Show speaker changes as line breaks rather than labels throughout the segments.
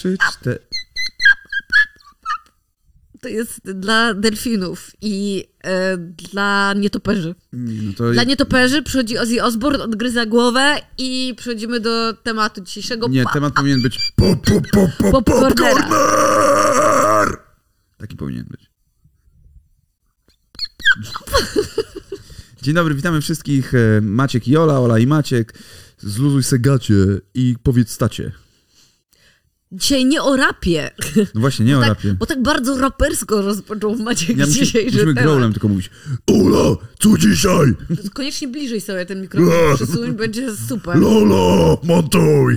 3, 4.
To jest dla delfinów i dla nietoperzy.
No to...
Dla nietoperzy przychodzi Ozzy Osbourne, odgryza głowę i przechodzimy do tematu dzisiejszego.
Nie, temat powinien być
Popcornera.
Taki powinien być. Dzień dobry, witamy wszystkich. Maciek i Ola i Maciek. Zluzuj se gacie i powiedz stacie.
Dzisiaj nie o rapie.
No właśnie, nie o rapie.
Bo tak bardzo rapersko rozpoczął Maciek dzisiejszy
musimy
temat.
growlem tylko mówić. Ola, co dzisiaj?
Koniecznie bliżej sobie ten mikrofon przesuń, będzie super.
Lola, montuj.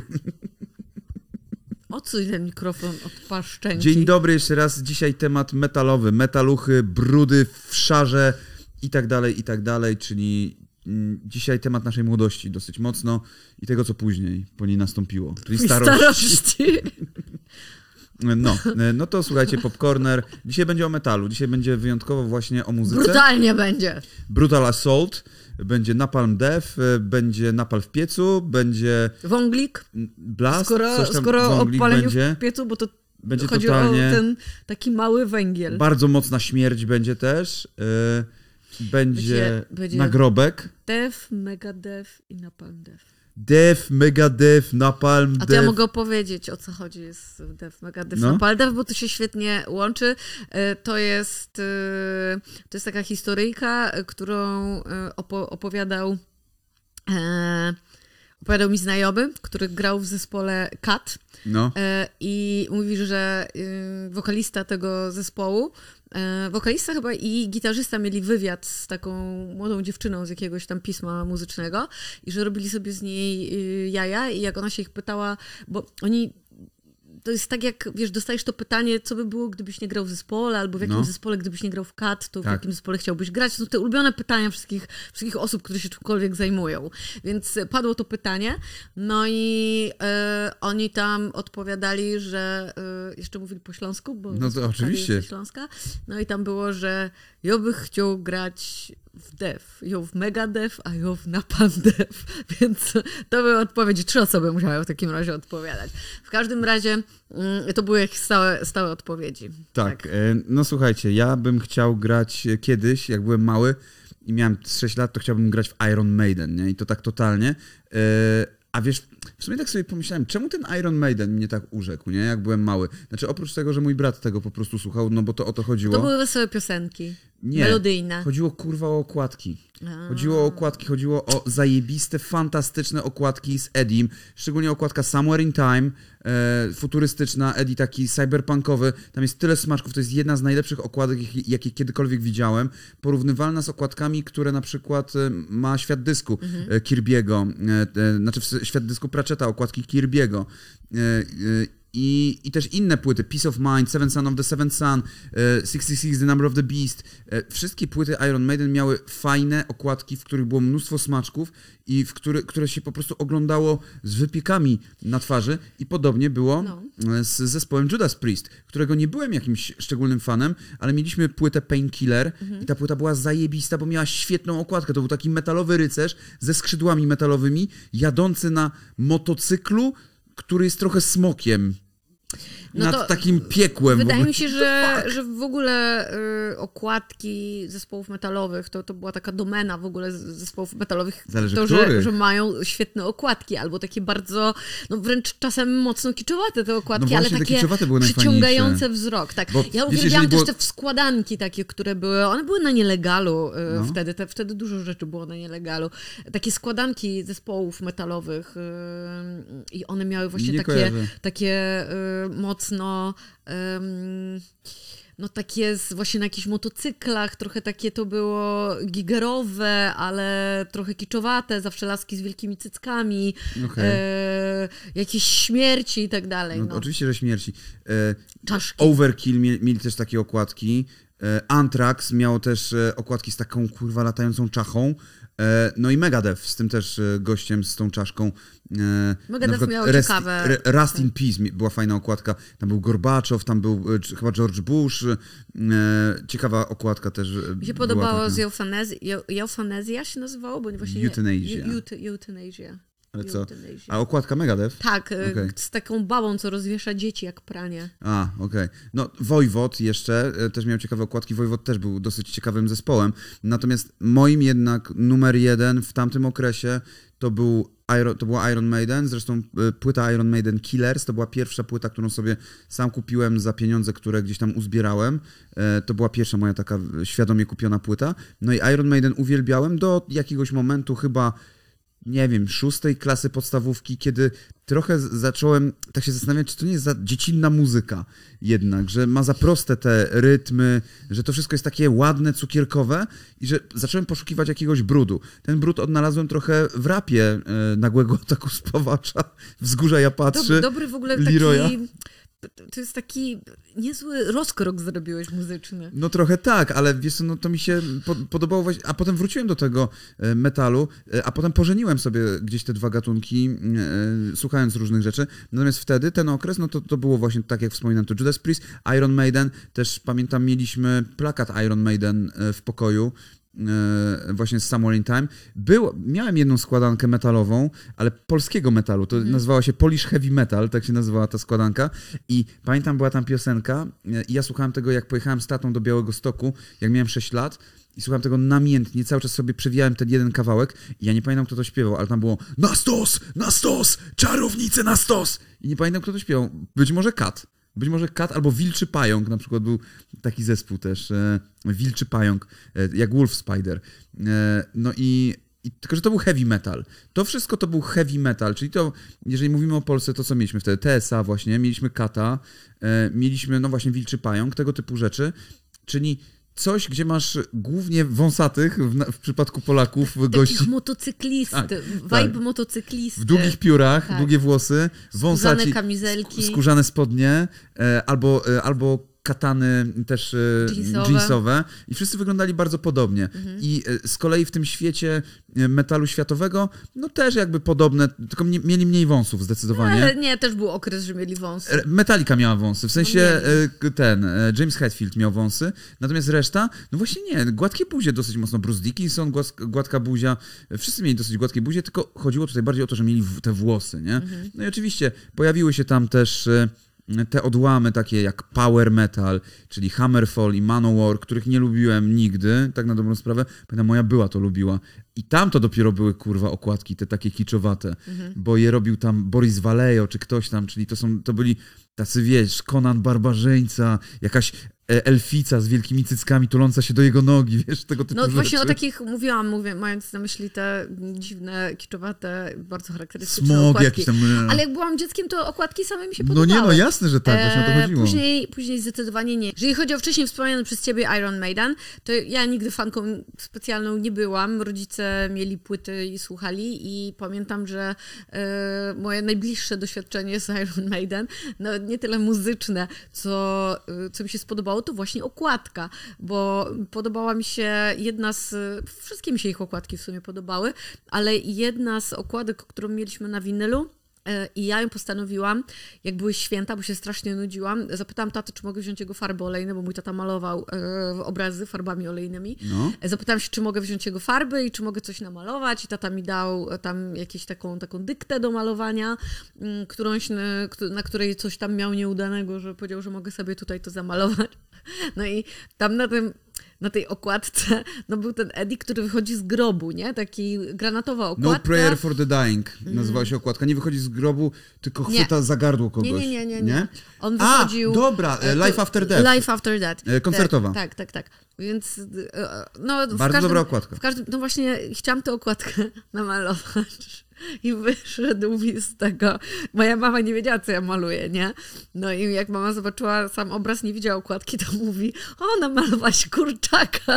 Odsuń ten mikrofon od paszczęci.
Dzień dobry jeszcze raz. Dzisiaj temat metalowy. Metaluchy, brudy w szarze i tak dalej, czyli dzisiaj temat naszej młodości dosyć mocno i tego, co później po niej nastąpiło. Czyli starości. No to słuchajcie, Popcorner. Dzisiaj będzie o metalu. Dzisiaj będzie wyjątkowo właśnie o muzyce.
Brutalnie będzie.
Brutal Assault. Będzie Napalm Death, będzie Napal w piecu, będzie...
Wąglik.
Blast.
Skoro o paleniu w piecu, bo to
będzie
chodzi
totalnie...
o ten taki mały węgiel.
Bardzo mocna śmierć będzie też. Będzie nagrobek.
Death, Megadeth i Napalm Death.
Death, Megadeth, Napalm Death.
A to ja mogę opowiedzieć, o co chodzi z Death, Megadeth, Napalm Death, bo to się świetnie łączy. To jest taka historyjka, którą opowiadał mi znajomy, który grał w zespole Cat.
No.
I mówi, że wokalista tego zespołu, wokalista chyba i gitarzysta mieli wywiad z taką młodą dziewczyną z jakiegoś tam pisma muzycznego i że robili sobie z niej jaja i jak ona się ich pytała, bo oni... To jest tak jak, wiesz, dostajesz to pytanie, co by było, gdybyś nie grał w zespole, albo w jakim zespole, gdybyś nie grał w Cat, to w jakim zespole chciałbyś grać. To są te ulubione pytania wszystkich osób, które się czymkolwiek zajmują. Więc padło to pytanie, no i oni tam odpowiadali, że jeszcze mówili po śląsku, bo
no to oczywiście.
ze Śląska. No i tam było, że ja bych chciał grać w Death, ją w Megadeth, a ją w Napalm Death. Więc to były odpowiedzi. 3 osoby musiały w takim razie odpowiadać. W każdym razie to były jakieś stałe odpowiedzi.
Tak. No słuchajcie, ja bym chciał grać kiedyś, jak byłem mały i miałem 6 lat, to chciałbym grać w Iron Maiden, nie? I to tak totalnie. A wiesz, w sumie tak sobie pomyślałem, czemu ten Iron Maiden mnie tak urzekł, nie? Jak byłem mały. Znaczy oprócz tego, że mój brat tego po prostu słuchał, no bo to o to chodziło.
To były wesołe piosenki.
Nie,
melodyjne.
Chodziło kurwa o okładki. Chodziło o zajebiste, fantastyczne okładki z Eddiem, szczególnie okładka Somewhere in Time, futurystyczna, Eddie taki cyberpunkowy, tam jest tyle smaczków, to jest jedna z najlepszych okładek, jakie kiedykolwiek widziałem, porównywalna z okładkami, które na przykład ma Świat Dysku Kirby'ego, znaczy Świat Dysku Pratchetta, okładki Kirby'ego. I też inne płyty, Peace of Mind, Seven Son of the Seventh Son, 66, The Number of the Beast. Wszystkie płyty Iron Maiden miały fajne okładki, w których było mnóstwo smaczków i które się po prostu oglądało z wypiekami na twarzy. I podobnie było z zespołem Judas Priest, którego nie byłem jakimś szczególnym fanem, ale mieliśmy płytę Painkiller i ta płyta była zajebista, bo miała świetną okładkę. To był taki metalowy rycerz ze skrzydłami metalowymi, jadący na motocyklu, który jest trochę smokiem. Nad takim piekłem.
Wydaje mi się, że w ogóle okładki zespołów metalowych to była taka domena w ogóle zespołów metalowych.
Zależy,
to, że mają świetne okładki, albo takie bardzo, no wręcz czasem mocno kiczowate te okładki, ale takie przyciągające wzrok. Tak.
Bo,
ja uwielbiałam też te składanki takie, które były, one były na nielegalu wtedy dużo rzeczy było na nielegalu. Takie składanki zespołów metalowych i one miały właśnie takie mocno no takie właśnie na jakichś motocyklach, trochę takie to było gigerowe, ale trochę kiczowate, zawsze laski z wielkimi cyckami, jakieś śmierci i tak dalej.
No. Oczywiście, że śmierci.
Czaszki.
Overkill mieli też takie okładki. Anthrax miało też okładki z taką kurwa latającą czachą. No i Megadeth z tym też gościem z tą czaszką.
Megadeth miał ciekawe.
Rust in Peace była fajna okładka. Tam był Gorbaczow, tam był chyba George Bush. Ciekawa okładka też.
Mi się podobało z Euthanasia się nazywało? Bo właśnie
Euthanasia.
Euthanasia.
Ale co? A okładka Megadeth?
Tak, z taką babą, co rozwiesza dzieci jak pranie.
A, okej. No, Voivod jeszcze, też miał ciekawe okładki. Voivod też był dosyć ciekawym zespołem. Natomiast moim jednak numer 1 w tamtym okresie to była Iron Maiden. Zresztą płyta Iron Maiden Killers to była pierwsza płyta, którą sobie sam kupiłem za pieniądze, które gdzieś tam uzbierałem. To była pierwsza moja taka świadomie kupiona płyta. No i Iron Maiden uwielbiałem do jakiegoś momentu chyba, nie wiem, 6. klasy podstawówki, kiedy trochę zacząłem tak się zastanawiać, czy to nie jest za dziecinna muzyka jednak, że ma za proste te rytmy, że to wszystko jest takie ładne, cukierkowe i że zacząłem poszukiwać jakiegoś brudu. Ten brud odnalazłem trochę w rapie Nagłego Ataku Spawacza, Wzgórza Ja Patrzy,
Dobry w ogóle
Leroya.
taki... To jest taki niezły rozkrok zrobiłeś muzyczny.
No trochę tak, ale wiesz co, no to mi się podobało właśnie, a potem wróciłem do tego metalu, a potem pożeniłem sobie gdzieś te dwa gatunki, słuchając różnych rzeczy. Natomiast wtedy, ten okres, no to było właśnie tak, jak wspominałem, to Judas Priest, Iron Maiden, też pamiętam, mieliśmy plakat Iron Maiden w pokoju, właśnie z Somewhere in Time. Miałem jedną składankę metalową, ale polskiego metalu. To nazywała się Polish Heavy Metal, tak się nazywała ta składanka. I pamiętam, była tam piosenka i ja słuchałem tego, jak pojechałem z tatą do Białegostoku, jak miałem 6 lat. I słuchałem tego namiętnie, cały czas sobie przewijałem ten jeden kawałek i ja nie pamiętam, kto to śpiewał, ale tam było na stos, czarownice na stos! I nie pamiętam, kto to śpiewał. Być może Kat albo Wilczy Pająk, na przykład był taki zespół też, Wilczy Pająk, jak Wolf Spider. No i tylko, że to był heavy metal. To wszystko to był heavy metal, czyli to, jeżeli mówimy o Polsce, to co mieliśmy wtedy? TSA właśnie, mieliśmy Kata, mieliśmy no właśnie Wilczy Pająk, tego typu rzeczy, czyli coś, gdzie masz głównie wąsatych, w przypadku Polaków, gości.
Takich motocyklisty, vibe motocyklisty.
W długich piórach, długie włosy, wąsaci,
skórzane kamizelki.
Skórzane spodnie, albo katany też jeansowe i wszyscy wyglądali bardzo podobnie. I z kolei w tym świecie metalu światowego, no też jakby podobne, tylko mieli mniej wąsów zdecydowanie.
Ale nie, też był okres, że mieli wąsy.
Metallica miała wąsy, w sensie James Hetfield miał wąsy, natomiast reszta, no właśnie nie, gładkie buzie dosyć mocno, Bruce Dickinson, gładka buzia, wszyscy mieli dosyć gładkie buzie, tylko chodziło tutaj bardziej o to, że mieli te włosy, nie? No i oczywiście pojawiły się tam też te odłamy takie jak power metal, czyli Hammerfall i Manowar, których nie lubiłem nigdy, tak na dobrą sprawę. Pamiętam, moja była to lubiła. I tam to dopiero były, kurwa, okładki, te takie kiczowate, bo je robił tam Boris Vallejo czy ktoś tam, czyli to byli tacy, wiesz, Conan Barbarzyńca, jakaś elfica z wielkimi cyckami tuląca się do jego nogi, wiesz, tego typu rzeczy.
No właśnie o takich mówiłam, mając na myśli te dziwne, kiczowate, bardzo charakterystyczne
Smog
okładki.
jakiś tam.
Ale jak byłam dzieckiem, to okładki same mi się podobały.
No nie, no jasne, że tak, właśnie o to chodziło.
Później zdecydowanie nie. Jeżeli chodzi o wcześniej wspomniany przez ciebie Iron Maiden, to ja nigdy fanką specjalną nie byłam. Rodzice mieli płyty i słuchali i pamiętam, że moje najbliższe doświadczenie z Iron Maiden, no nie tyle muzyczne, co mi się spodobało, to właśnie okładka, bo podobała mi się wszystkie mi się ich okładki w sumie podobały, ale jedna z okładek, którą mieliśmy na winylu, i ja ją postanowiłam, jak były święta, bo się strasznie nudziłam, zapytałam tatę, czy mogę wziąć jego farby olejne, bo mój tata malował obrazy farbami olejnymi. No. Zapytałam się, czy mogę wziąć jego farby i czy mogę coś namalować i tata mi dał tam jakąś taką dyktę do malowania, na której coś tam miał nieudanego, że powiedział, że mogę sobie tutaj to zamalować. No i tam na tej okładce, no był ten Eddie, który wychodzi z grobu, nie? Taki granatowa okładka.
No Prayer for the Dying nazywała się okładka. Nie wychodzi z grobu, tylko chwyta za gardło kogoś. Nie?
On wychodził...
dobra, Life After Death.
Life After Death.
Koncertowa.
Tak. Więc no...
Bardzo dobra okładka.
No właśnie chciałam tę okładkę namalować. I wyszedł mi z tego. Moja mama nie wiedziała, co ja maluję, nie? No i jak mama zobaczyła sam obraz, nie widziała okładki, to mówi: o, namalowałaś kurczaka.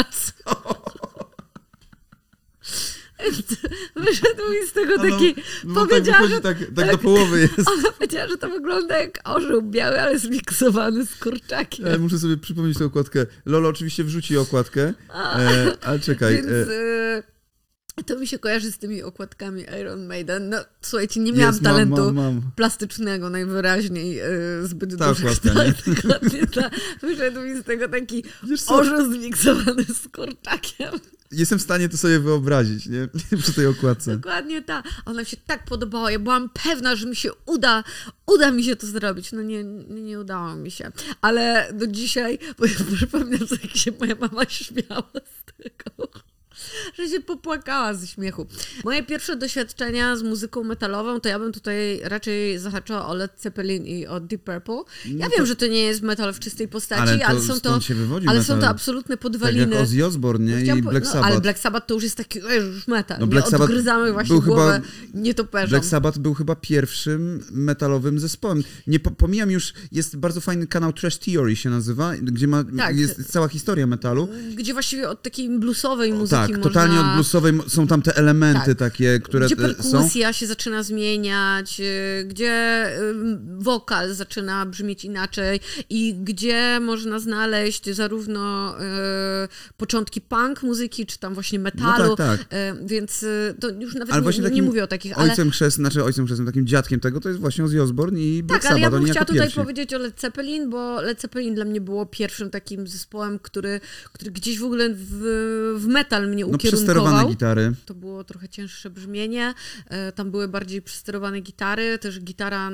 Wyszedł mi z tego taki... powiedziała,
tak wychodzi, że tak do połowy jest.
Ona powiedziała, że to wygląda jak orzeł biały, ale zmiksowany z kurczakiem.
Ja muszę sobie przypomnieć tę okładkę. Lolo oczywiście wrzuci okładkę, ale czekaj.
Więc, To mi się kojarzy z tymi okładkami Iron Maiden. No, słuchajcie, nie miałam talentu plastycznego najwyraźniej zbyt dużo. Dokładnie tak. Wyszedł mi z tego taki orzeł zmiksowany z kurczakiem.
Jestem w stanie to sobie wyobrazić, nie? Przy tej okładce.
Dokładnie tak. Ona mi się tak podobała. Ja byłam pewna, że mi się uda mi się to zrobić. No nie udało mi się. Ale do dzisiaj, bo ja przypominam, jak się moja mama śmiała z tego, że się popłakała ze śmiechu. Moje pierwsze doświadczenia z muzyką metalową, to ja bym tutaj raczej zahaczyła o Led Zeppelin i o Deep Purple. Ja wiem, że to nie jest metal w czystej postaci, ale są to absolutne podwaliny.
Tak jak Ozzy Osbourne, nie? I Black Sabbath.
Ale Black Sabbath to już jest taki już metal. No, Black Sabbath odgryzamy właśnie głowę nietoperzom.
Black Sabbath był chyba pierwszym metalowym zespołem. Nie pomijam już, jest bardzo fajny kanał Trash Theory się nazywa, gdzie jest cała historia metalu.
Gdzie właściwie od takiej bluesowej muzyki
totalnie od bluesowej są tam te elementy takie, które
gdzie perkusja się zaczyna zmieniać, gdzie wokal zaczyna brzmieć inaczej i gdzie można znaleźć zarówno początki punk muzyki, czy tam właśnie metalu, więc to już nawet nie mówię o takich,
ojcem chrzestnym, takim dziadkiem tego, to jest właśnie Ozzy Osbourne i Black Sabbath.
Ale ja bym chciała tutaj powiedzieć o Led Zeppelin, bo Led Zeppelin dla mnie było pierwszym takim zespołem, który gdzieś w ogóle w metal mnie ukierunkował.
Przesterowane gitary.
To było trochę cięższe brzmienie. Tam były bardziej przesterowane gitary. Też gitara,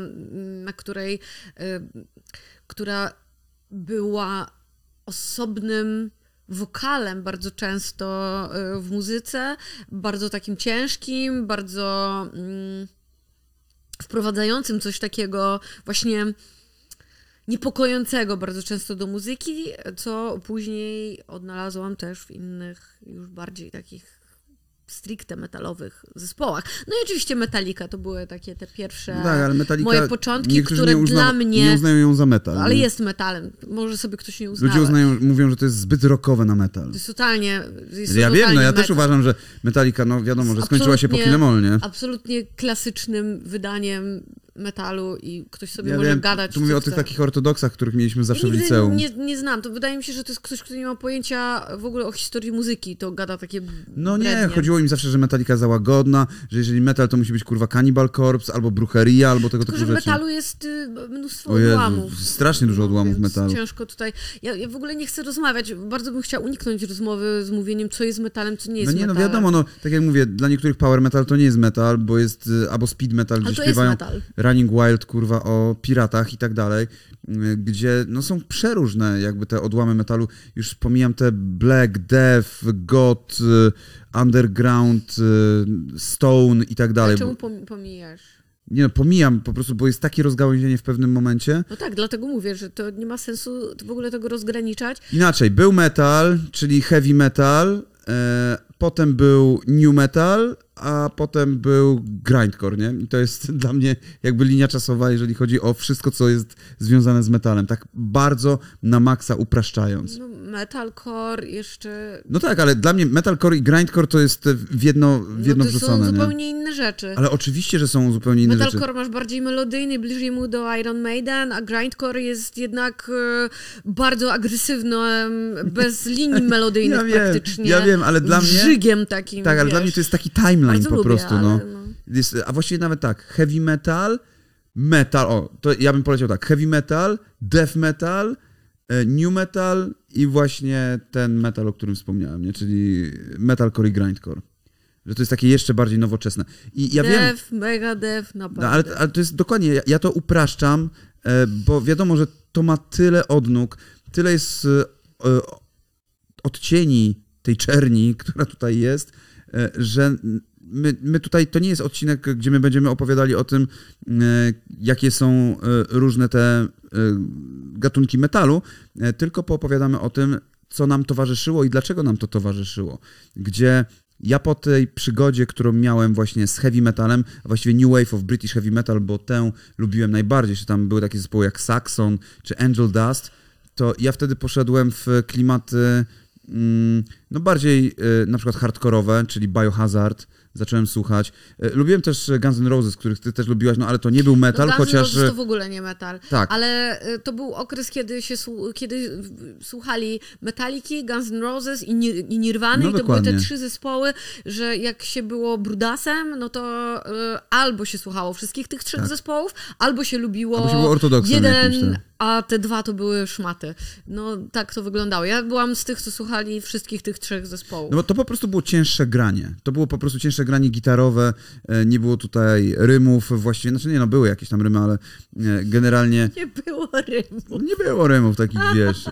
która była osobnym wokalem bardzo często w muzyce. Bardzo takim ciężkim, bardzo wprowadzającym coś takiego właśnie niepokojącego bardzo często do muzyki, co później odnalazłam też w innych, już bardziej takich stricte metalowych zespołach. No i oczywiście Metallica to były takie te pierwsze moje początki, które dla mnie...
Nie uznają ją za metal.
Ale jest metalem. Może sobie ktoś nie uznawać.
Ludzie mówią, że to jest zbyt rockowe na metal.
To jest totalnie...
Ja wiem, ja też uważam, że Metallica, no wiadomo, że skończyła się po Kill nie?
Absolutnie klasycznym wydaniem metalu i ktoś sobie może gadać.
Tu mówię o tych takich ortodoksach, których mieliśmy zawsze w liceum.
Nie znam. To wydaje mi się, że to jest ktoś, kto nie ma pojęcia w ogóle o historii muzyki. To gada takie
No nie, chodziło im zawsze, że Metallica za łagodna, że jeżeli metal, to musi być kurwa Cannibal Corpse, albo Brucheria, albo tego typu rzeczy.
Tylko, że w metalu jest mnóstwo odłamów.
Strasznie dużo odłamów metalu.
Ciężko tutaj. Ja w ogóle nie chcę rozmawiać. Bardzo bym chciała uniknąć rozmowy z mówieniem, co jest metalem, co nie jest metalem.
No wiadomo, tak jak mówię, dla niektórych power metal to nie jest metal, bo jest albo speed metal, gdzie śpiewają Running Wild, kurwa, o piratach i tak dalej, gdzie są przeróżne jakby te odłamy metalu. Już pomijam te black, death, goth, underground, stone i tak dalej.
A czemu pomijasz?
Nie pomijam po prostu, bo jest takie rozgałęzienie w pewnym momencie.
No tak, dlatego mówię, że to nie ma sensu w ogóle tego rozgraniczać.
Inaczej, był metal, czyli heavy metal, potem był new metal, a potem był grindcore, nie? I to jest dla mnie jakby linia czasowa, jeżeli chodzi o wszystko, co jest związane z metalem. Tak bardzo na maksa upraszczając.
No, metalcore jeszcze...
No tak, ale dla mnie metalcore i grindcore to jest w jedno wrzucone. To
są zupełnie inne rzeczy.
Ale oczywiście, że są zupełnie inne rzeczy.
Metalcore masz bardziej melodyjny, bliżej mu do Iron Maiden, a grindcore jest jednak bardzo agresywny, bez linii melodyjnych praktycznie.
Ja wiem, ale dla mnie...
Żygiem takim,
tak, ale dla mnie to jest taki timeline po
lubię,
prostu, Jest, a właściwie nawet tak, heavy metal, to ja bym poleciał tak, heavy metal, death metal, new metal i właśnie ten metal, o którym wspomniałem, nie? Czyli metalcore i grindcore. Że to jest takie jeszcze bardziej nowoczesne. I ja wiem...
Megadeth, naprawdę.
No, ale to jest dokładnie, ja to upraszczam, bo wiadomo, że to ma tyle odnóg, tyle jest odcieni tej czerni, która tutaj jest, że my tutaj, to nie jest odcinek, gdzie my będziemy opowiadali o tym, jakie są różne te gatunki metalu, tylko poopowiadamy o tym, co nam towarzyszyło i dlaczego nam to towarzyszyło. Gdzie ja po tej przygodzie, którą miałem właśnie z heavy metalem, a właściwie New Wave of British Heavy Metal, bo tę lubiłem najbardziej, że tam były takie zespoły jak Saxon czy Angel Dust, to ja wtedy poszedłem w klimaty bardziej na przykład hardkorowe, czyli Biohazard, zacząłem słuchać. Lubiłem też Guns N' Roses, których ty też lubiłaś, no ale to nie był metal,
Guns
chociaż...
N' Roses to w ogóle nie metal.
Tak.
Ale to był okres, kiedy słuchali Metaliki, Guns N' Roses i Nirwany,
No
i to
dokładnie.
były te 3 zespoły, że jak się było brudasem, no to albo się słuchało wszystkich tych 3 zespołów, albo się lubiło
ortodoksem jakimś,
jeden,
tak.
a te 2 to były szmaty. No tak to wyglądało. Ja byłam z tych, co słuchali wszystkich tych 3 zespołów.
No bo to po prostu było cięższe granie. To było po prostu cięższe granie gitarowe, nie było tutaj rymów właściwie, znaczy nie, no były jakieś tam rymy, ale generalnie...
Nie było rymów.
Nie było rymów takich, wiesz...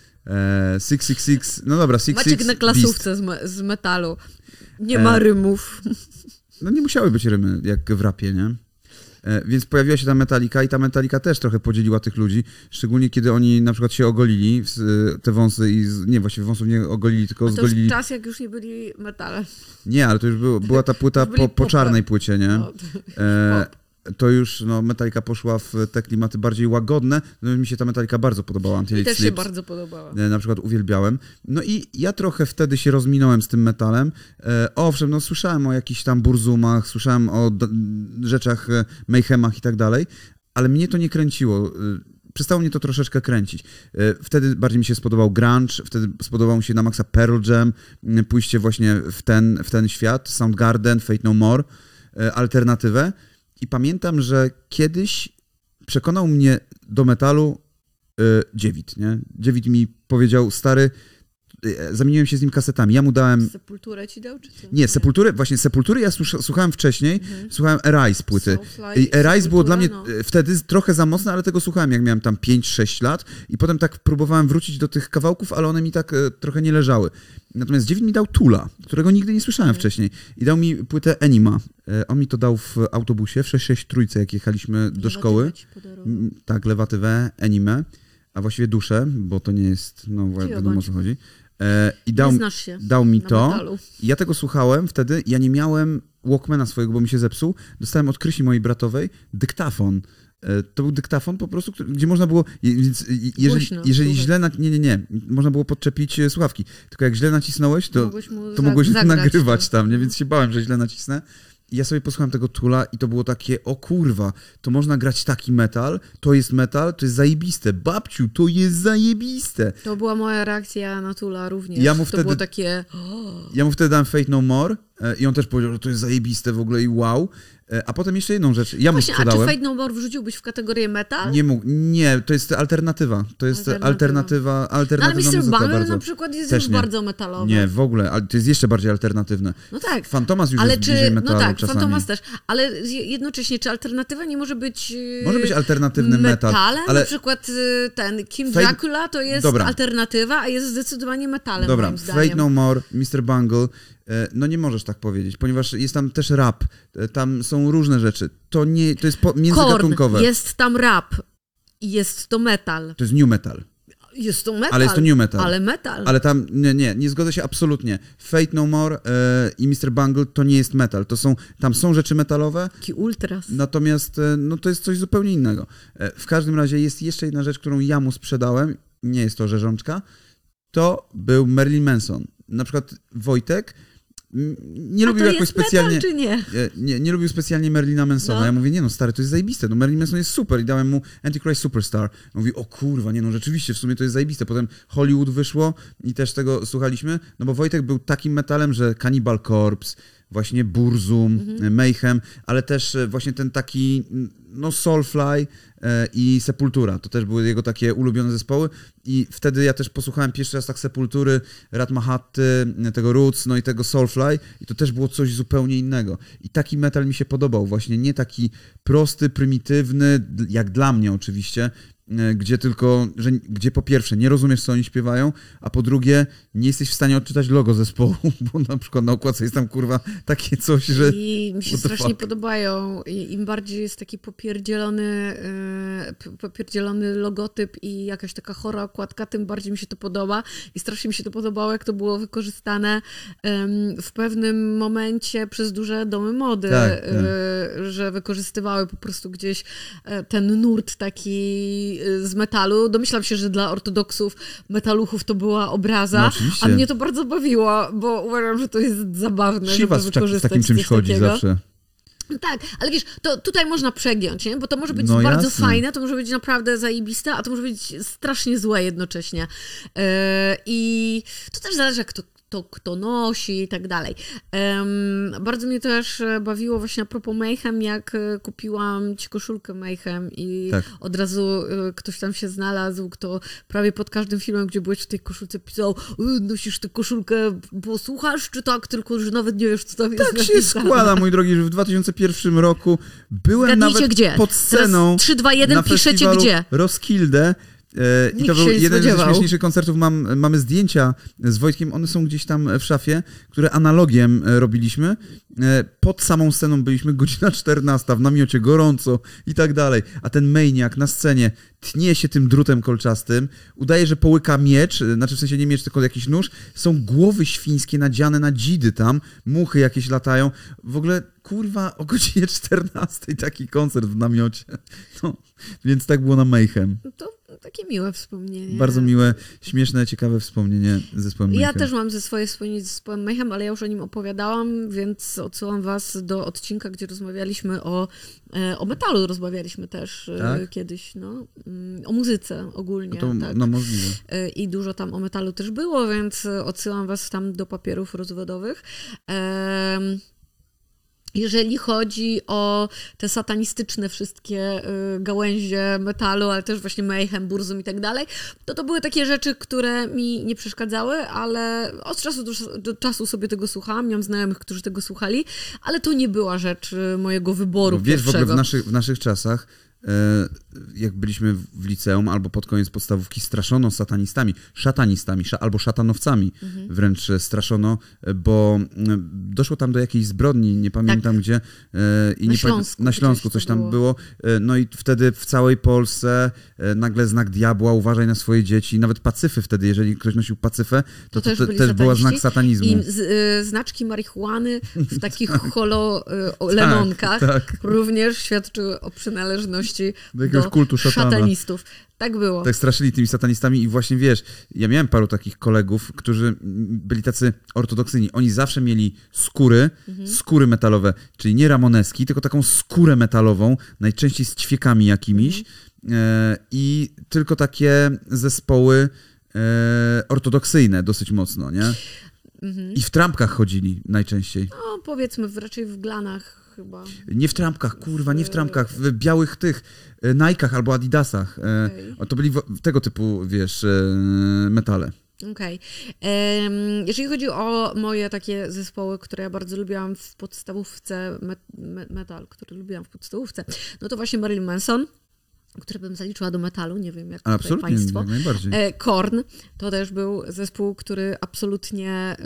666, no dobra, 666
Maciek na klasówce z metalu. Nie ma rymów.
No nie musiały być rymy, jak w rapie, nie? Więc pojawiła się ta Metallica i ta Metallica też trochę podzieliła tych ludzi, szczególnie kiedy oni na przykład się ogolili, te wąsy i... Nie, właściwie wąsów nie ogolili, tylko
zgolili. To
zgolili...
już czas, jak już nie byli metalem.
Nie, ale to już była ta płyta po czarnej płycie, nie?
No,
to już Metallica poszła w te klimaty bardziej łagodne. No, mi się ta Metallica bardzo podobała.
I też się bardzo podobała.
Na przykład uwielbiałem. No i ja trochę wtedy się rozminąłem z tym metalem. Owszem, no słyszałem o jakichś tam Burzumach, słyszałem o rzeczach, Mayhemach i tak dalej, ale mnie to nie kręciło. Przestało mnie to troszeczkę kręcić. Wtedy bardziej mi się spodobał grunge, wtedy spodobał mi się na maksa Pearl Jam, pójście właśnie w ten świat, Soundgarden, Fate No More, alternatywę. I pamiętam, że kiedyś przekonał mnie do metalu Dziewit, nie? Dziewit mi powiedział, stary, zamieniłem się z nim kasetami, ja mu dałem...
Sepulturę ci dał, czy co?
Nie, Sepultury ja słuchałem wcześniej, słuchałem Arise płyty. I Arise było dla mnie wtedy trochę za mocne, ale tego słuchałem, jak miałem tam 5-6 lat i potem tak próbowałem wrócić do tych kawałków, ale one mi tak trochę nie leżały. Natomiast Dziewit mi dał Tula, którego nigdy nie słyszałem wcześniej i dał mi płytę Anima. On mi to dał w autobusie, w 663, jak jechaliśmy do szkoły. Tak, lewatywę, Animę, a właściwie duszę, bo to nie jest, no wiadomo o co chodzi. I dał mi to. Metalu. I ja tego słuchałem wtedy. Ja nie miałem Walkmana swojego, bo mi się zepsuł. Dostałem od Krysi, mojej bratowej, dyktafon. To był dyktafon po prostu, gdzie można było... Więc jeżeli źle... Nie. Można było podczepić słuchawki. Tylko jak źle nacisnąłeś, to mogłeś nagrywać tam, nie? Więc się bałem, że źle nacisnę. I ja sobie posłuchałem tego Tula i to było takie, o kurwa, to można grać taki metal, to jest zajebiste. Babciu, to jest zajebiste.
To była moja reakcja na Tula również. To było takie...
Ja mu wtedy dałem Fate No More i on też powiedział, że to jest zajebiste w ogóle i wow. A potem jeszcze jedną rzecz. Ja mu sprzedałem.
A czy Fate No More wrzuciłbyś w kategorię metal?
Nie, to jest alternatywa. To jest alternatywa
ale Mr.
muzyka
Bungle na przykład jest już bardzo metalowy.
Nie, w ogóle, ale to jest jeszcze bardziej alternatywne.
No tak.
Fantomas już jest bliżej metalu
no tak,
czasami.
Fantomas też. Ale jednocześnie, czy alternatywa nie może być
może być alternatywny metal.
Ale na przykład ten Kim Dracula to jest alternatywa, a jest zdecydowanie metalem, moim zdaniem.
Fate No More, Mr. Bungle, no nie możesz tak powiedzieć, ponieważ jest tam też rap, tam są różne rzeczy. To jest międzygatunkowe.
Korn, jest tam rap, jest to metal.
To jest new metal.
Jest to metal.
Ale jest to new metal.
Ale metal.
Ale tam, nie zgodzę się absolutnie. Fate No More i Mr. Bungle to nie jest metal. Tam są rzeczy metalowe.
Taki ultras.
Natomiast no to jest coś zupełnie innego. W każdym razie jest jeszcze jedna rzecz, którą ja mu sprzedałem. Nie jest to rzeżączka. To był Marilyn Manson. Na przykład Wojtek nie lubił jakoś specjalnie...
Metal, czy nie?
Nie lubił specjalnie Marilyna Mansona.
No.
Ja mówię, no stary, to jest zajebiste. No Marilyn Manson jest super i dałem mu Antichrist Superstar. Mówi, o kurwa, rzeczywiście, w sumie to jest zajebiste. Potem Hollywood wyszło i też tego słuchaliśmy, no bo Wojtek był takim metalem, że Cannibal Corpse, właśnie Burzum, Mayhem, ale też właśnie ten taki, Soulfly i Sepultura. To też były jego takie ulubione zespoły i wtedy ja też posłuchałem pierwszy raz tak Sepultury, Rat Mahatty, tego Roots, no i tego Soulfly i to też było coś zupełnie innego. I taki metal mi się podobał, właśnie nie taki prosty, prymitywny, jak dla mnie oczywiście, gdzie po pierwsze nie rozumiesz, co oni śpiewają, a po drugie nie jesteś w stanie odczytać logo zespołu, bo na przykład na okładce jest tam kurwa takie coś, że...
I mi się strasznie podobają. Im bardziej jest taki popierdzielony logotyp i jakaś taka chora okładka, tym bardziej mi się to podoba. I strasznie mi się to podobało, jak to było wykorzystane w pewnym momencie przez duże domy mody, że wykorzystywały po prostu gdzieś ten nurt taki ludzi z metalu. Domyślam się, że dla ortodoksów, metaluchów to była obraza, a mnie to bardzo bawiło, bo uważam, że to jest zabawne,
Siwas
żeby wykorzystać
z takim czymś chodzi
takiego.
zawsze.
Tak, ale wiesz, to tutaj można przegiąć, nie? Bo to może być
No
bardzo
jasne.
fajne, to może być naprawdę zajebiste, a to może być strasznie złe jednocześnie. I to też zależy, jak kto nosi i tak dalej. Bardzo mnie też bawiło właśnie a propos Mayhem, jak kupiłam ci koszulkę Mayhem i od razu ktoś tam się znalazł, kto prawie pod każdym filmem, gdzie byłeś w tej koszulce, pisał: nosisz tę koszulkę, bo słuchasz, czy tak, tylko że nawet nie wiesz, co tam jest napisane.
Tak się składa, mój drogi, że w 2001 roku byłem
Zgadnijcie
nawet
gdzie?
pod sceną.
Teraz 3, 2, 1,
na
piszecie gdzie.
Roskilde. I to był jeden ze śmieszniejszych koncertów. Mamy zdjęcia z Wojtkiem, one są gdzieś tam w szafie, które analogiem robiliśmy. Pod samą sceną byliśmy, godzina 14, w namiocie, gorąco i tak dalej. A ten Maniak na scenie tnie się tym drutem kolczastym, udaje, że połyka miecz, znaczy w sensie nie miecz, tylko jakiś nóż. Są głowy świńskie nadziane na dzidy tam, muchy jakieś latają. W ogóle, kurwa, o godzinie 14 taki koncert w namiocie. No, więc tak było na Mayhem.
To takie miłe wspomnienie.
Bardzo miłe, śmieszne, ciekawe wspomnienie z zespołem Mayhem.
Ja też mam swoje wspomnienie z zespołem Mayhem, ale ja już o nim opowiadałam, więc odsyłam was do odcinka, gdzie rozmawialiśmy o metalu, rozmawialiśmy też kiedyś, no, o muzyce ogólnie.
To,
tak.
No możliwe.
I dużo tam o metalu też było, więc odsyłam was tam do papierów rozwodowych. Jeżeli chodzi o te satanistyczne wszystkie gałęzie metalu, ale też właśnie Mayhem, Burzum i tak dalej, to były takie rzeczy, które mi nie przeszkadzały, ale od czasu do czasu sobie tego słuchałam, miałam znajomych, którzy tego słuchali, ale to nie była rzecz mojego wyboru pierwszego.
Wiesz, w ogóle w naszych czasach, jak byliśmy w liceum albo pod koniec podstawówki, straszono szatanistami albo szatanowcami wręcz straszono, bo doszło tam do jakiejś zbrodni, nie pamiętam gdzie. I na Śląsku coś tam było. No i wtedy w całej Polsce nagle znak diabła, uważaj na swoje dzieci. Nawet pacyfy wtedy, jeżeli ktoś nosił pacyfę, to też była znak satanizmu.
I znaczki marihuany w takich holo-lenonkach również świadczyły o przynależności do jakiegoś kultu szatanistów. Tak było.
Tak straszyli tymi satanistami i właśnie wiesz, ja miałem paru takich kolegów, którzy byli tacy ortodoksyjni. Oni zawsze mieli skóry metalowe, czyli nie ramoneski, tylko taką skórę metalową, najczęściej z ćwiekami jakimiś i tylko takie zespoły ortodoksyjne dosyć mocno, nie? I w trampkach chodzili najczęściej.
No powiedzmy raczej w glanach. Chyba.
Nie w trampkach, kurwa, nie w trampkach, w białych tych Nike'ach albo Adidasach. To byli tego typu, wiesz, metale.
Okej. Jeżeli chodzi o moje takie zespoły, które ja bardzo lubiłam w podstawówce, metal, który lubiłam w podstawówce, no to właśnie Marilyn Manson, które bym zaliczyła do metalu, nie wiem jak tutaj państwo.
Jak najbardziej.
Korn to też był zespół, który absolutnie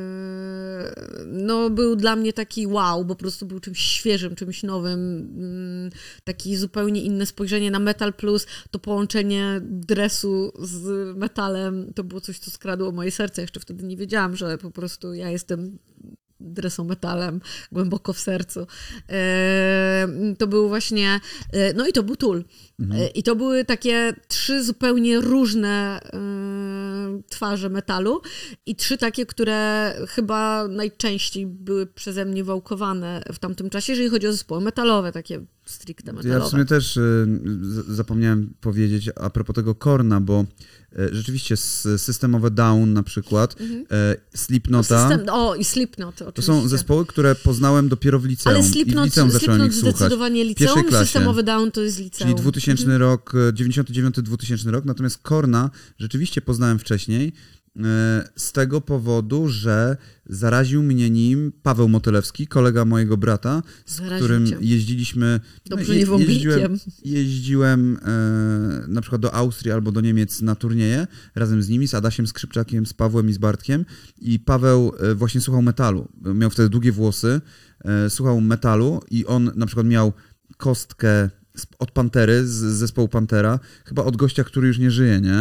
no, był dla mnie taki wow, bo po prostu był czymś świeżym, czymś nowym, taki zupełnie inne spojrzenie na metal, plus to połączenie dresu z metalem, to było coś, co skradło moje serce. Jeszcze wtedy nie wiedziałam, że po prostu ja jestem dresometalem głęboko w sercu. To był właśnie, no i to był Tool. I to były takie 3 zupełnie różne twarze metalu i 3 takie, które chyba najczęściej były przeze mnie wałkowane w tamtym czasie, jeżeli chodzi o zespoły metalowe, takie stricte metalowe.
Ja w sumie też zapomniałem powiedzieć a propos tego Korna, bo rzeczywiście systemowe Down na przykład, Slipknota.
I Slipknot oczywiście.
To są zespoły, które poznałem dopiero w liceum.
Ale Slipknot
zacząłem ich słuchać.
Zdecydowanie liceum, systemowy Down to jest liceum.
Czyli 2000 rok, 99-2000 rok, natomiast Korna rzeczywiście poznałem wcześniej, z tego powodu, że zaraził mnie nim Paweł Motylewski, kolega mojego brata, z którym jeździliśmy...
Dobrze, nie wąblikiem.
Jeździłem na przykład do Austrii albo do Niemiec na turnieje razem z nimi, z Adasiem Skrzypczakiem, z Pawłem i z Bartkiem i Paweł właśnie słuchał metalu. Miał wtedy długie włosy, słuchał metalu i on na przykład miał kostkę od Pantery, z zespołu Pantera, chyba od gościa, który już nie żyje, nie?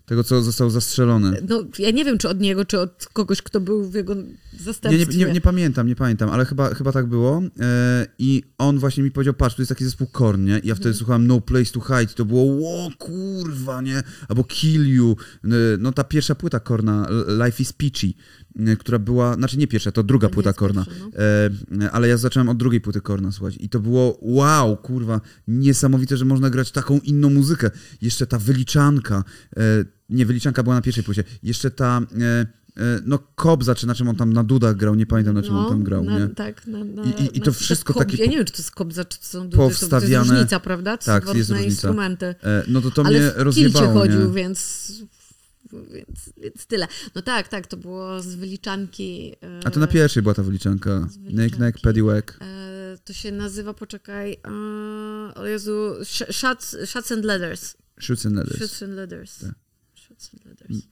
Tego, co został zastrzelony.
No, ja nie wiem, czy od niego, czy od kogoś, kto był w jego zastępstwie.
Nie pamiętam, ale chyba tak było. I on właśnie mi powiedział, patrz, tu jest taki zespół Korn, nie? I ja wtedy słuchałem No Place to Hide, to było, o kurwa, nie? Albo Kill You. No ta pierwsza płyta Korna, Life is Peachy, która była, znaczy nie pierwsza, to druga płyta Korna. Ale ja zacząłem od drugiej płyty Korna słuchać. I to było, wow, kurwa, niesamowite, że można grać taką inną muzykę. Jeszcze ta wyliczanka, nie, wyliczanka była na pierwszej płycie. Jeszcze ta... No Kobza, czy na czym on tam na dudach grał, nie pamiętam na czym on tam grał, nie?
Tak,
I to wszystko takie...
Ja nie wiem, czy to jest Kobza, czy to są dudy, to jest różnica, prawda? To
tak,
są
jest różnica.
Instrumenty.
No to
ale
mnie rozjebało,
Ale w kilcie chodził,
nie?
więc tyle. No tak, to było z wyliczanki.
A to na pierwszej była ta wyliczanka. Neck, Paddywhack.
To się nazywa, poczekaj, o Jezu, Shots and Ladders.
Shoots and Ladders.
Shoots and Ladders.
Tak.
Shoots and Ladders.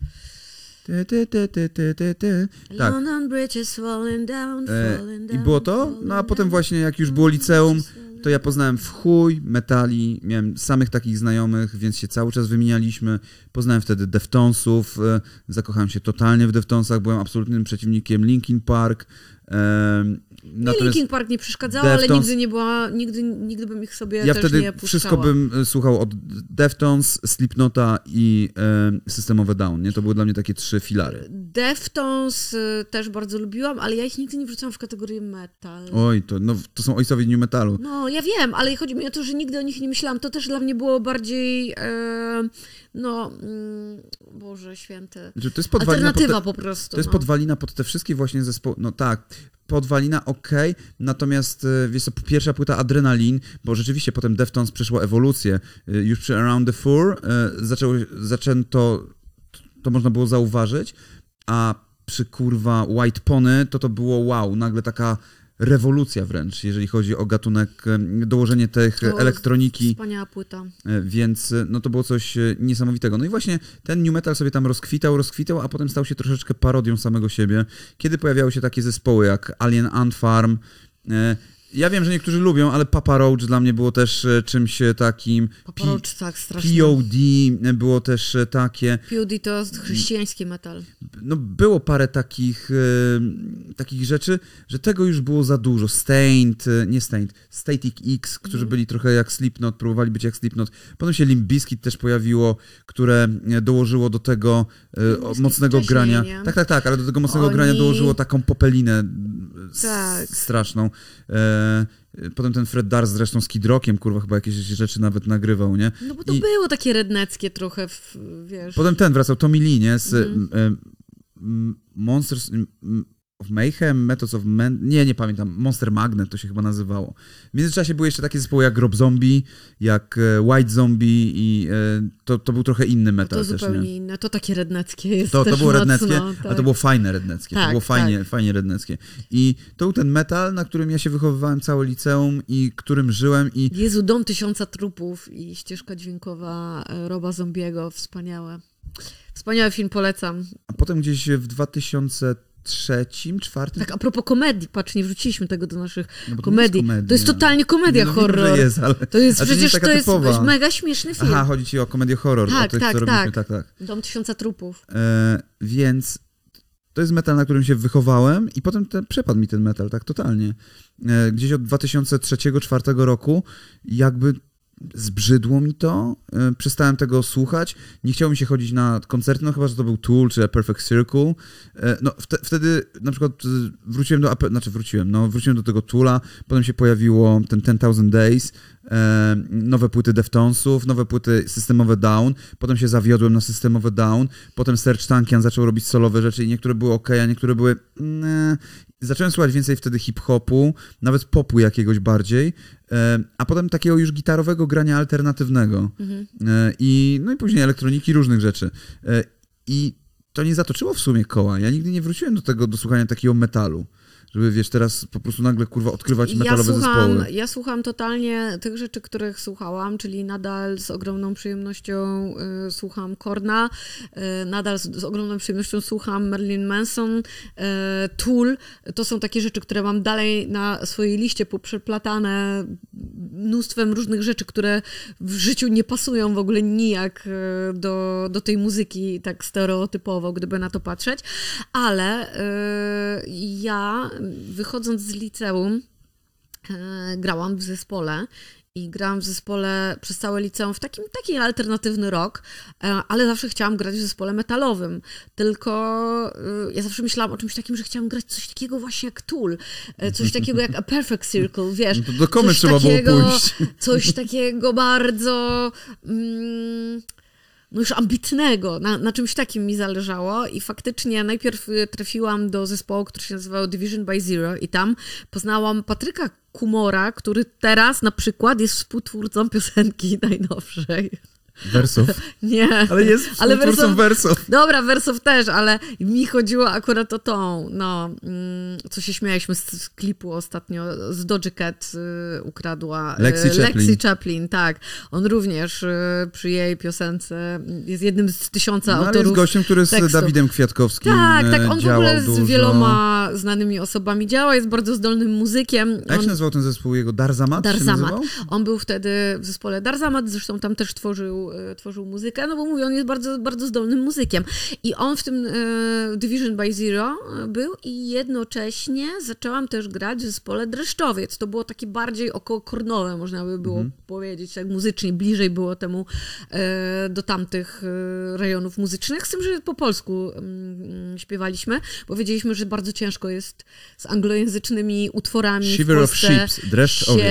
Tak.
London Bridge is falling down,
I było to, no a potem właśnie jak już było liceum, to ja poznałem w chuj metali, miałem samych takich znajomych, więc się cały czas wymienialiśmy. Poznałem wtedy Deftonesów, zakochałem się totalnie w Deftonesach, byłem absolutnym przeciwnikiem Linkin Park.
Linkin Park nie przeszkadzało, ale nigdy bym ich sobie
ja
też
wtedy
nie puszczała.
wszystko bym słuchał od Deftones, Slipknota i Systemowe Down, nie? To były dla mnie takie 3 filary.
Deftones też bardzo lubiłam, ale ja ich nigdy nie wrzucałam w kategorię metal.
Oj, to są ojcowie new metalu.
No, ja wiem, ale chodzi mi o to, że nigdy o nich nie myślałam. To też dla mnie było bardziej, Boże Święty,
Znaczy, to jest podwalina
alternatywa po prostu.
To jest podwalina pod te wszystkie właśnie zespoły, no tak, podwalina okej, natomiast wiesz co, pierwsza płyta Adrenalin, bo rzeczywiście potem Deftones przeszło ewolucję, już przy Around the Fur zaczęto, to można było zauważyć, a przy kurwa White Pony to było wow, nagle taka rewolucja wręcz, jeżeli chodzi o gatunek, dołożenie tych elektroniki.
Wspaniała płyta.
Więc no to było coś niesamowitego. No i właśnie ten new metal sobie tam rozkwitał, a potem stał się troszeczkę parodią samego siebie, kiedy pojawiały się takie zespoły jak Alien Ant Farm. Ja wiem, że niektórzy lubią, ale Papa Roach dla mnie było też czymś takim.
Papa Roach, tak, strasznie.
POD było też takie.
POD to chrześcijański metal.
No było parę takich rzeczy, że tego już było za dużo. Static X, którzy byli trochę jak Slipknot, próbowali być jak Slipknot. Potem się Limp Bizkit też pojawiło, które dołożyło do tego mocnego grania.
Nie?
Tak, ale do tego mocnego grania dołożyło taką popelinę straszną. Potem ten Fred Durst zresztą z Kid Rockiem, kurwa, chyba jakieś rzeczy nawet nagrywał, nie?
No bo to było takie redneckie trochę, wiesz.
Potem ten wracał Tommy Lee, nie? Z Monsters of Mayhem, Methods of Man... Nie pamiętam. Monster Magnet to się chyba nazywało. W międzyczasie były jeszcze takie zespoły jak Rob Zombie, jak White Zombie i to był trochę inny metal
też, zupełnie
nie?
inne. To takie redneckie jest
to
też
było
mocno,
redneckie,
tak.
ale to było fajne redneckie.
Tak,
to było fajnie redneckie. I to był ten metal, na którym ja się wychowywałem całe liceum i którym żyłem i...
Jezu, Dom 1000 trupów i ścieżka dźwiękowa Roba Zombiego. Wspaniałe. Wspaniały film, polecam.
A potem gdzieś w 2003, 2004...
Tak, a propos komedii, patrz, nie wrzuciliśmy tego do naszych
komedii.
To jest totalnie komedia horror.
Wiem, jest, ale...
To jest przecież
to jest
mega śmieszny film.
Aha, chodzi ci o komedię horror.
Tak,
o tych,
tak,
co
tak.
Robiliśmy. Tak.
Dom 1000 trupów.
Więc to jest metal, na którym się wychowałem i potem przepadł mi ten metal, tak totalnie. Gdzieś od 2003-2004 roku jakby zbrzydło mi to, przestałem tego słuchać, nie chciało mi się chodzić na koncerty, no chyba, że to był Tool czy A Perfect Circle. No wtedy na przykład wróciłem do tego Toola, potem się pojawiło ten 10,000 Days, nowe płyty Deftonesów, nowe płyty Systemowe Down, potem się zawiodłem na Systemowe Down, potem Serge Tankian zaczął robić solowe rzeczy i niektóre były okej, a niektóre były zacząłem słuchać więcej wtedy hip-hopu, nawet popu jakiegoś bardziej, a potem takiego już gitarowego grania alternatywnego. I później elektroniki, różnych rzeczy. I to nie zatoczyło w sumie koła. Ja nigdy nie wróciłem do słuchania takiego metalu. żeby, wiesz, teraz po prostu nagle, kurwa, odkrywać metalowe zespoły.
Ja słucham totalnie tych rzeczy, których słuchałam, czyli nadal z ogromną przyjemnością słucham Korna, nadal z ogromną przyjemnością słucham Marilyn Manson, Tool. To są takie rzeczy, które mam dalej na swojej liście poprzeplatane mnóstwem różnych rzeczy, które w życiu nie pasują w ogóle nijak do tej muzyki tak stereotypowo, gdyby na to patrzeć, ale ja wychodząc z liceum grałam w zespole i grałam w zespole przez całe liceum w taki alternatywny rock, ale zawsze chciałam grać w zespole metalowym. Tylko ja zawsze myślałam o czymś takim, że chciałam grać coś takiego właśnie jak Tool, coś takiego jak A Perfect Circle, wiesz.
No to do komy trzeba było pójść.
Coś takiego bardzo... no już ambitnego, na czymś takim mi zależało i faktycznie najpierw trafiłam do zespołu, który się nazywał Division by Zero i tam poznałam Patryka Kumora, który teraz na przykład jest współtwórcą piosenki najnowszej.
Wersów?
Nie.
Ale jest współtwórcą Wersów.
Dobra, Wersów też, ale mi chodziło akurat o tą, no, co się śmialiśmy z klipu ostatnio, z Doja Cat ukradła Lexi Chaplin, tak. On również przy jej piosence jest jednym z 1000 autorów
ale jest gościem, który z
tekstów.
Dawidem Kwiatkowskim
Tak, on w ogóle
dużo.
z wieloma znanymi osobami działa, jest bardzo zdolnym muzykiem.
A jak się nazywał ten zespół jego? Darzamat?
On był wtedy w zespole Darzamat, zresztą tam też tworzył muzykę, no bo mówię, on jest bardzo, bardzo zdolnym muzykiem. I on w tym Division by Zero był i jednocześnie zaczęłam też grać w zespole Dreszczowiec. To było takie bardziej okołokornowe, można by było powiedzieć, tak muzycznie, bliżej było temu do tamtych rejonów muzycznych, z tym, że po polsku śpiewaliśmy, bo wiedzieliśmy, że bardzo ciężko jest z anglojęzycznymi utworami
Shiver
w
of
Polsce
Sheeps, Dreszcz Owiec.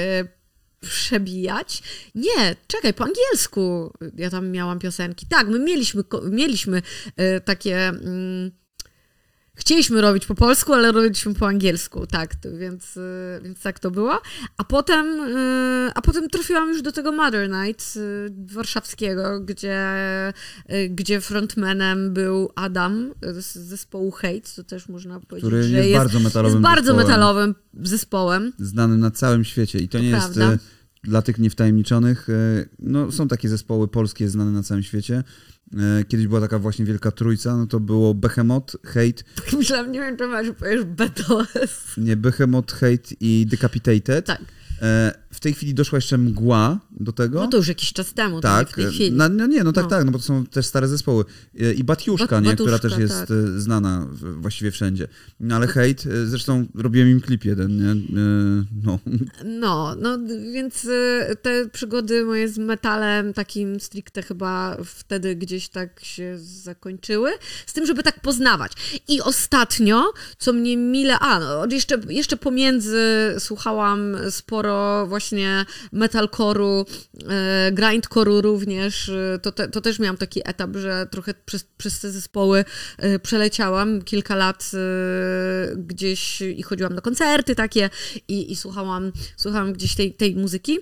Przebijać. Nie, czekaj, po angielsku ja tam miałam piosenki. Tak, my mieliśmy takie... Chcieliśmy robić po polsku, ale robiliśmy po angielsku, tak, więc tak to było. A potem trafiłam już do tego Mother Night warszawskiego, gdzie frontmanem był Adam z zespołu Hate, to też można powiedzieć,
który
że
jest bardzo metalowym
metalowym zespołem.
Znanym na całym świecie i to nie jest dla tych niewtajemniczonych, no są takie zespoły polskie znane na całym świecie. Kiedyś była taka właśnie wielka trójca, no to było Behemoth, Hate.
Myślałam, nie wiem, czy powiesz BTS.
Nie, Behemoth, Hate i Decapitated.
Tak.
W tej chwili doszła jeszcze Mgła do tego.
No to już jakiś czas temu,
tak,
w tej chwili.
Tak, no bo to są też stare zespoły. I Batiuszka, która też jest znana właściwie wszędzie. No ale Hate, zresztą robiłem im klip jeden, nie?
No, więc te przygody moje z metalem takim stricte chyba wtedy gdzieś tak się zakończyły. Z tym, żeby tak poznawać. I ostatnio, co mnie mile... jeszcze pomiędzy słuchałam sporo właśnie metalcore'u, grindcore'u również. To też miałam taki etap, że trochę przez te zespoły przeleciałam kilka lat gdzieś i chodziłam na koncerty takie i słuchałam gdzieś tej muzyki.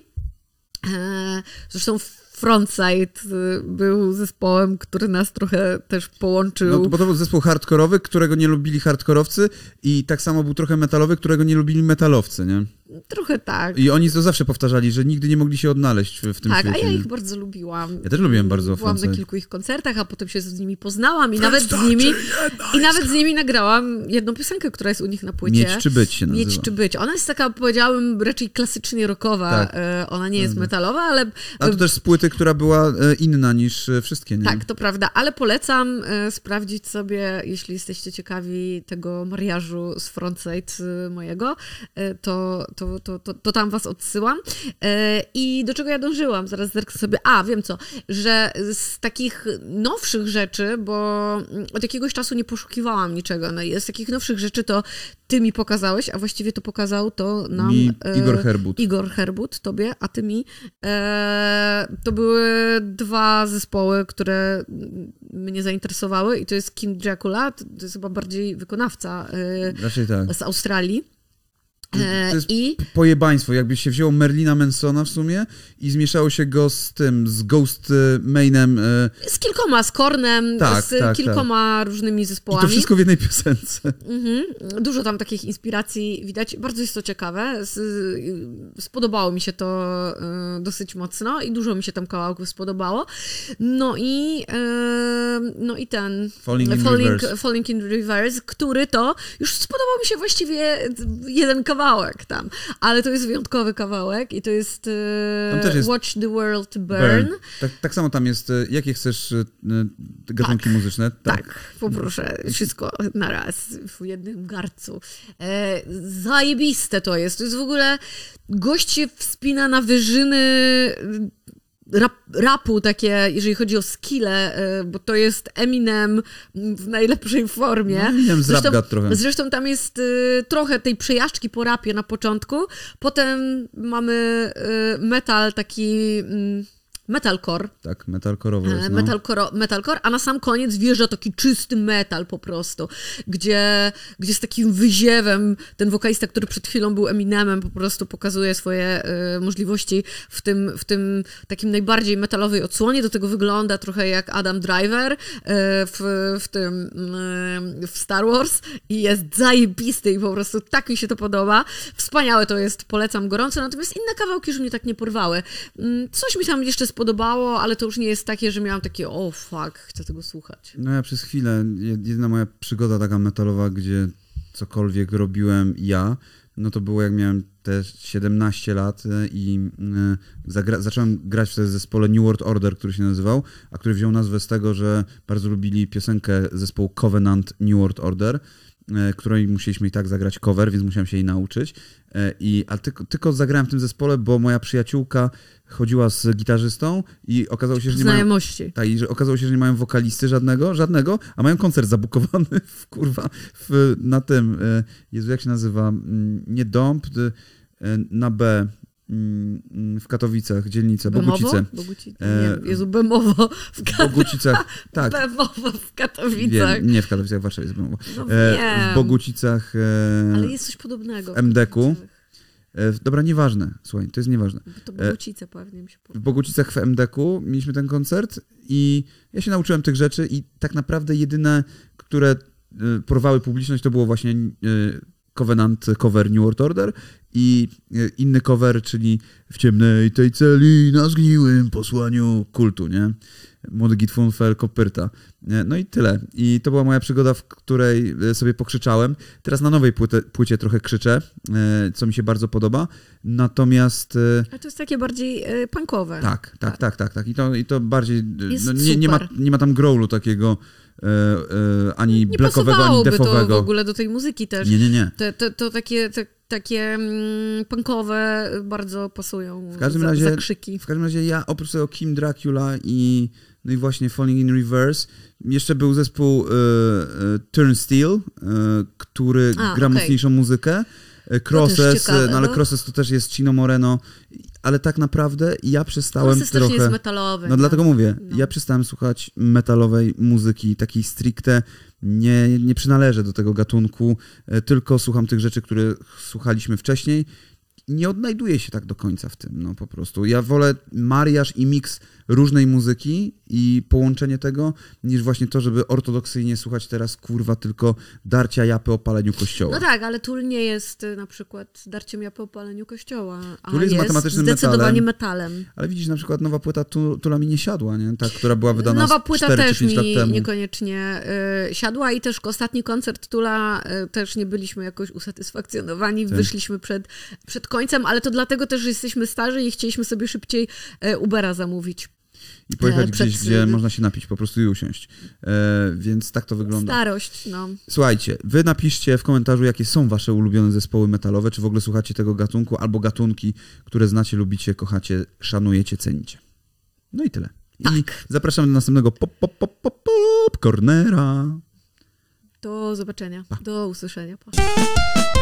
Zresztą Frontside był zespołem, który nas trochę też połączył.
No, bo to był zespół hardkorowy, którego nie lubili hardkorowcy i tak samo był trochę metalowy, którego nie lubili metalowcy, nie?
Trochę tak.
I oni to zawsze powtarzali, że nigdy nie mogli się odnaleźć w tym świecie.
Tak, a ja ich bardzo lubiłam.
Ja też lubiłem bardzo
Byłam
Frontside.
na kilku ich koncertach, a potem się z nimi poznałam i nawet z nimi nagrałam jedną piosenkę, która jest u nich na płycie.
Mieć czy być się nazywa.
Mieć czy być. Ona jest taka, powiedziałabym, raczej klasycznie rockowa. Tak. Ona nie jest metalowa, ale...
A to też z płyty, która była inna niż wszystkie, nie?
Tak, to prawda, ale polecam sprawdzić sobie, jeśli jesteście ciekawi tego mariażu z Frontside mojego, to tam was odsyłam. I do czego ja dążyłam? Zaraz zerknę sobie. Wiem co, że z takich nowszych rzeczy, bo od jakiegoś czasu nie poszukiwałam niczego, no i z takich nowszych rzeczy to ty mi pokazałeś, a właściwie to pokazał to nam Igor Herbut, tobie, a ty mi. To były dwa zespoły, które mnie zainteresowały i to jest King Dracula, to jest chyba bardziej wykonawca
raczej tak.
z Australii.
To jest pojebaństwo. Jakby się wzięło Merlina Mansona w sumie i zmieszało się go z tym, z Ghost Mainem.
Z kilkoma, z Kornem, z kilkoma różnymi zespołami.
I to wszystko w jednej piosence.
Dużo tam takich inspiracji widać. Bardzo jest to ciekawe. Spodobało mi się to dosyć mocno i dużo mi się tam kawałków spodobało. No i ten Falling in Reverse, który to już spodobał mi się właściwie jeden kawałek tam, ale to jest wyjątkowy kawałek i to jest, Watch the World Burn.
Tak samo tam jest, jakie chcesz gatunki muzyczne?
Tak, poproszę, wszystko na raz w jednym garcu. Zajebiste to jest w ogóle, gość się wspina na wyżyny rapu takie, jeżeli chodzi o skille, bo to jest Eminem w najlepszej formie.
No, Eminem z rap god trochę.
Zresztą tam jest trochę tej przejażdżki po rapie na początku, potem mamy metal taki... Metalcore.
Tak, metalkorowo jest,
Metalcore, a na sam koniec wjeżdża taki czysty metal po prostu, gdzie z takim wyziewem ten wokalista, który przed chwilą był Eminemem, po prostu pokazuje swoje możliwości w tym takim najbardziej metalowej odsłonie. Do tego wygląda trochę jak Adam Driver w Star Wars i jest zajebisty i po prostu tak mi się to podoba. Wspaniałe to jest, polecam gorąco, natomiast inne kawałki już mnie tak nie porwały. Coś mi tam jeszcze spodobało, ale to już nie jest takie, że miałam takie fuck, chcę tego słuchać.
No ja przez chwilę, jedyna moja przygoda taka metalowa, gdzie cokolwiek robiłem ja, no to było jak miałem te 17 lat i zacząłem grać wtedy w zespole New World Order, który się nazywał, a który wziął nazwę z tego, że bardzo lubili piosenkę zespołu Covenant New World Order, której musieliśmy i tak zagrać cover, więc musiałem się jej nauczyć. A tylko zagrałem w tym zespole, bo moja przyjaciółka chodziła z gitarzystą i okazało się, że nie mają... Tak, i że okazało się, że nie mają wokalisty żadnego, a mają koncert zabukowany na tym, Jezu, jak się nazywa? Nie Dąb, na B, w Katowicach, dzielnica Bogucice.
Jezu, Bemowo w Katowicach.
Bogucicach, tak.
Bemowo w Katowicach.
Nie, w Katowicach, w Warszawie jest Bemowo.
No
w Bogucicach.
Ale jest coś podobnego.
W MDK-u. Dobra, nieważne. Słuchaj, to jest nieważne.
To Bogucice pewnie mi się podoba.
W Bogucicach w MDK-u mieliśmy ten koncert i ja się nauczyłem tych rzeczy i tak naprawdę jedyne, które porwały publiczność, to było właśnie Covenant cover New World Order i inny cover, czyli w ciemnej tej celi na zgniłym posłaniu kultu, nie? Młody Git Funfel, Kopyrta. No i tyle. I to była moja przygoda, w której sobie pokrzyczałem. Teraz na nowej płycie trochę krzyczę, co mi się bardzo podoba. Natomiast...
Ale to jest takie bardziej punkowe.
Tak. I to bardziej...
Jest
nie ma tam growlu takiego ani
nie
blackowego, ani defowego.
To w ogóle do tej muzyki też.
Nie.
To takie punkowe bardzo pasują
za
krzyki.
W każdym razie ja oprócz tego Kim Dracula i właśnie Falling in Reverse, jeszcze był zespół Turnstile, który gra mocniejszą muzykę. Crosses, ale Crosses to też jest Chino Moreno, ale tak naprawdę ja przestałem
Crosses też nie jest metalowy.
No dlatego mówię, ja przestałem słuchać metalowej muzyki, takiej stricte, nie przynależę do tego gatunku, tylko słucham tych rzeczy, które słuchaliśmy wcześniej. Nie odnajduję się tak do końca w tym, no po prostu. Ja wolę mariaż i miks różnej muzyki i połączenie tego, niż właśnie to, żeby ortodoksyjnie słuchać teraz, tylko darcia japy o paleniu kościoła.
No tak, ale Tool nie jest na przykład darciem japy o paleniu kościoła, a
Tool jest matematycznym
zdecydowanie metalem.
Ale widzisz, na przykład nowa płyta Toola mi nie siadła, nie? Ta, która była wydana
nowa płyta
4
też
czy 5 lat temu.
Niekoniecznie siadła i też ostatni koncert Toola też nie byliśmy jakoś usatysfakcjonowani, wyszliśmy przed końcem, ale to dlatego też, że jesteśmy starzy i chcieliśmy sobie szybciej Ubera zamówić.
I pojechać gdzieś, gdzie można się napić po prostu i usiąść. Więc tak to wygląda.
Starość, no.
Słuchajcie, wy napiszcie w komentarzu, jakie są wasze ulubione zespoły metalowe, czy w ogóle słuchacie tego gatunku, albo gatunki, które znacie, lubicie, kochacie, szanujecie, cenicie. No i tyle.
Tak.
I zapraszamy do następnego popcornera.
Do zobaczenia. Do usłyszenia. Pa.